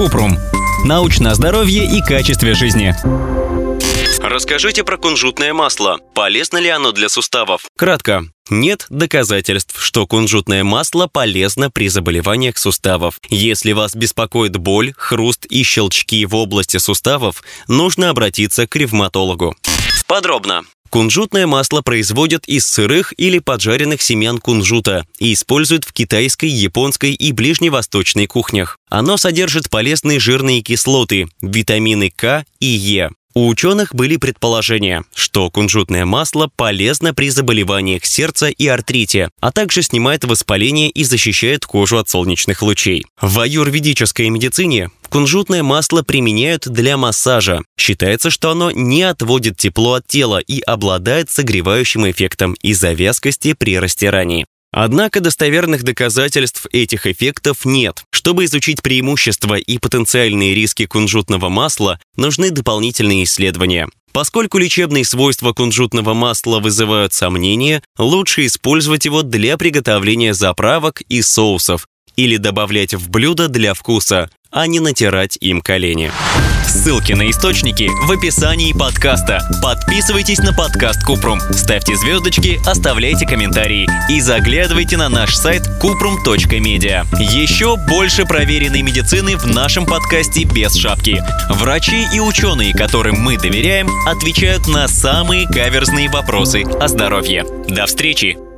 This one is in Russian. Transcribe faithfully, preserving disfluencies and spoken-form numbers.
Купрум. Научное здоровье и качестве жизни. Расскажите про кунжутное масло. Полезно ли оно для суставов? Кратко. Нет доказательств, что кунжутное масло полезно при заболеваниях суставов. Если вас беспокоит боль, хруст и щелчки в области суставов, нужно обратиться к ревматологу. Подробно. Кунжутное масло производят из сырых или поджаренных семян кунжута и используют в китайской, японской и ближневосточной кухнях. Оно содержит полезные жирные кислоты, витамины К и Е. У ученых были предположения, что кунжутное масло полезно при заболеваниях сердца и артрите, а также снимает воспаление и защищает кожу от солнечных лучей. В аюрведической медицине кунжутное масло применяют для массажа. Считается, что оно не отводит тепло от тела и обладает согревающим эффектом из-за вязкости при растирании. Однако достоверных доказательств этих эффектов нет. Чтобы изучить преимущества и потенциальные риски кунжутного масла, нужны дополнительные исследования. Поскольку лечебные свойства кунжутного масла вызывают сомнения, лучше использовать его для приготовления заправок и соусов или добавлять в блюдо для вкуса, а не натирать им колени. Ссылки на источники в описании подкаста. Подписывайтесь на подкаст Купрум, ставьте звездочки, оставляйте комментарии и заглядывайте на наш сайт купрум точка медиа. Еще больше проверенной медицины в нашем подкасте без шапки. Врачи и ученые, которым мы доверяем, отвечают на самые каверзные вопросы о здоровье. До встречи!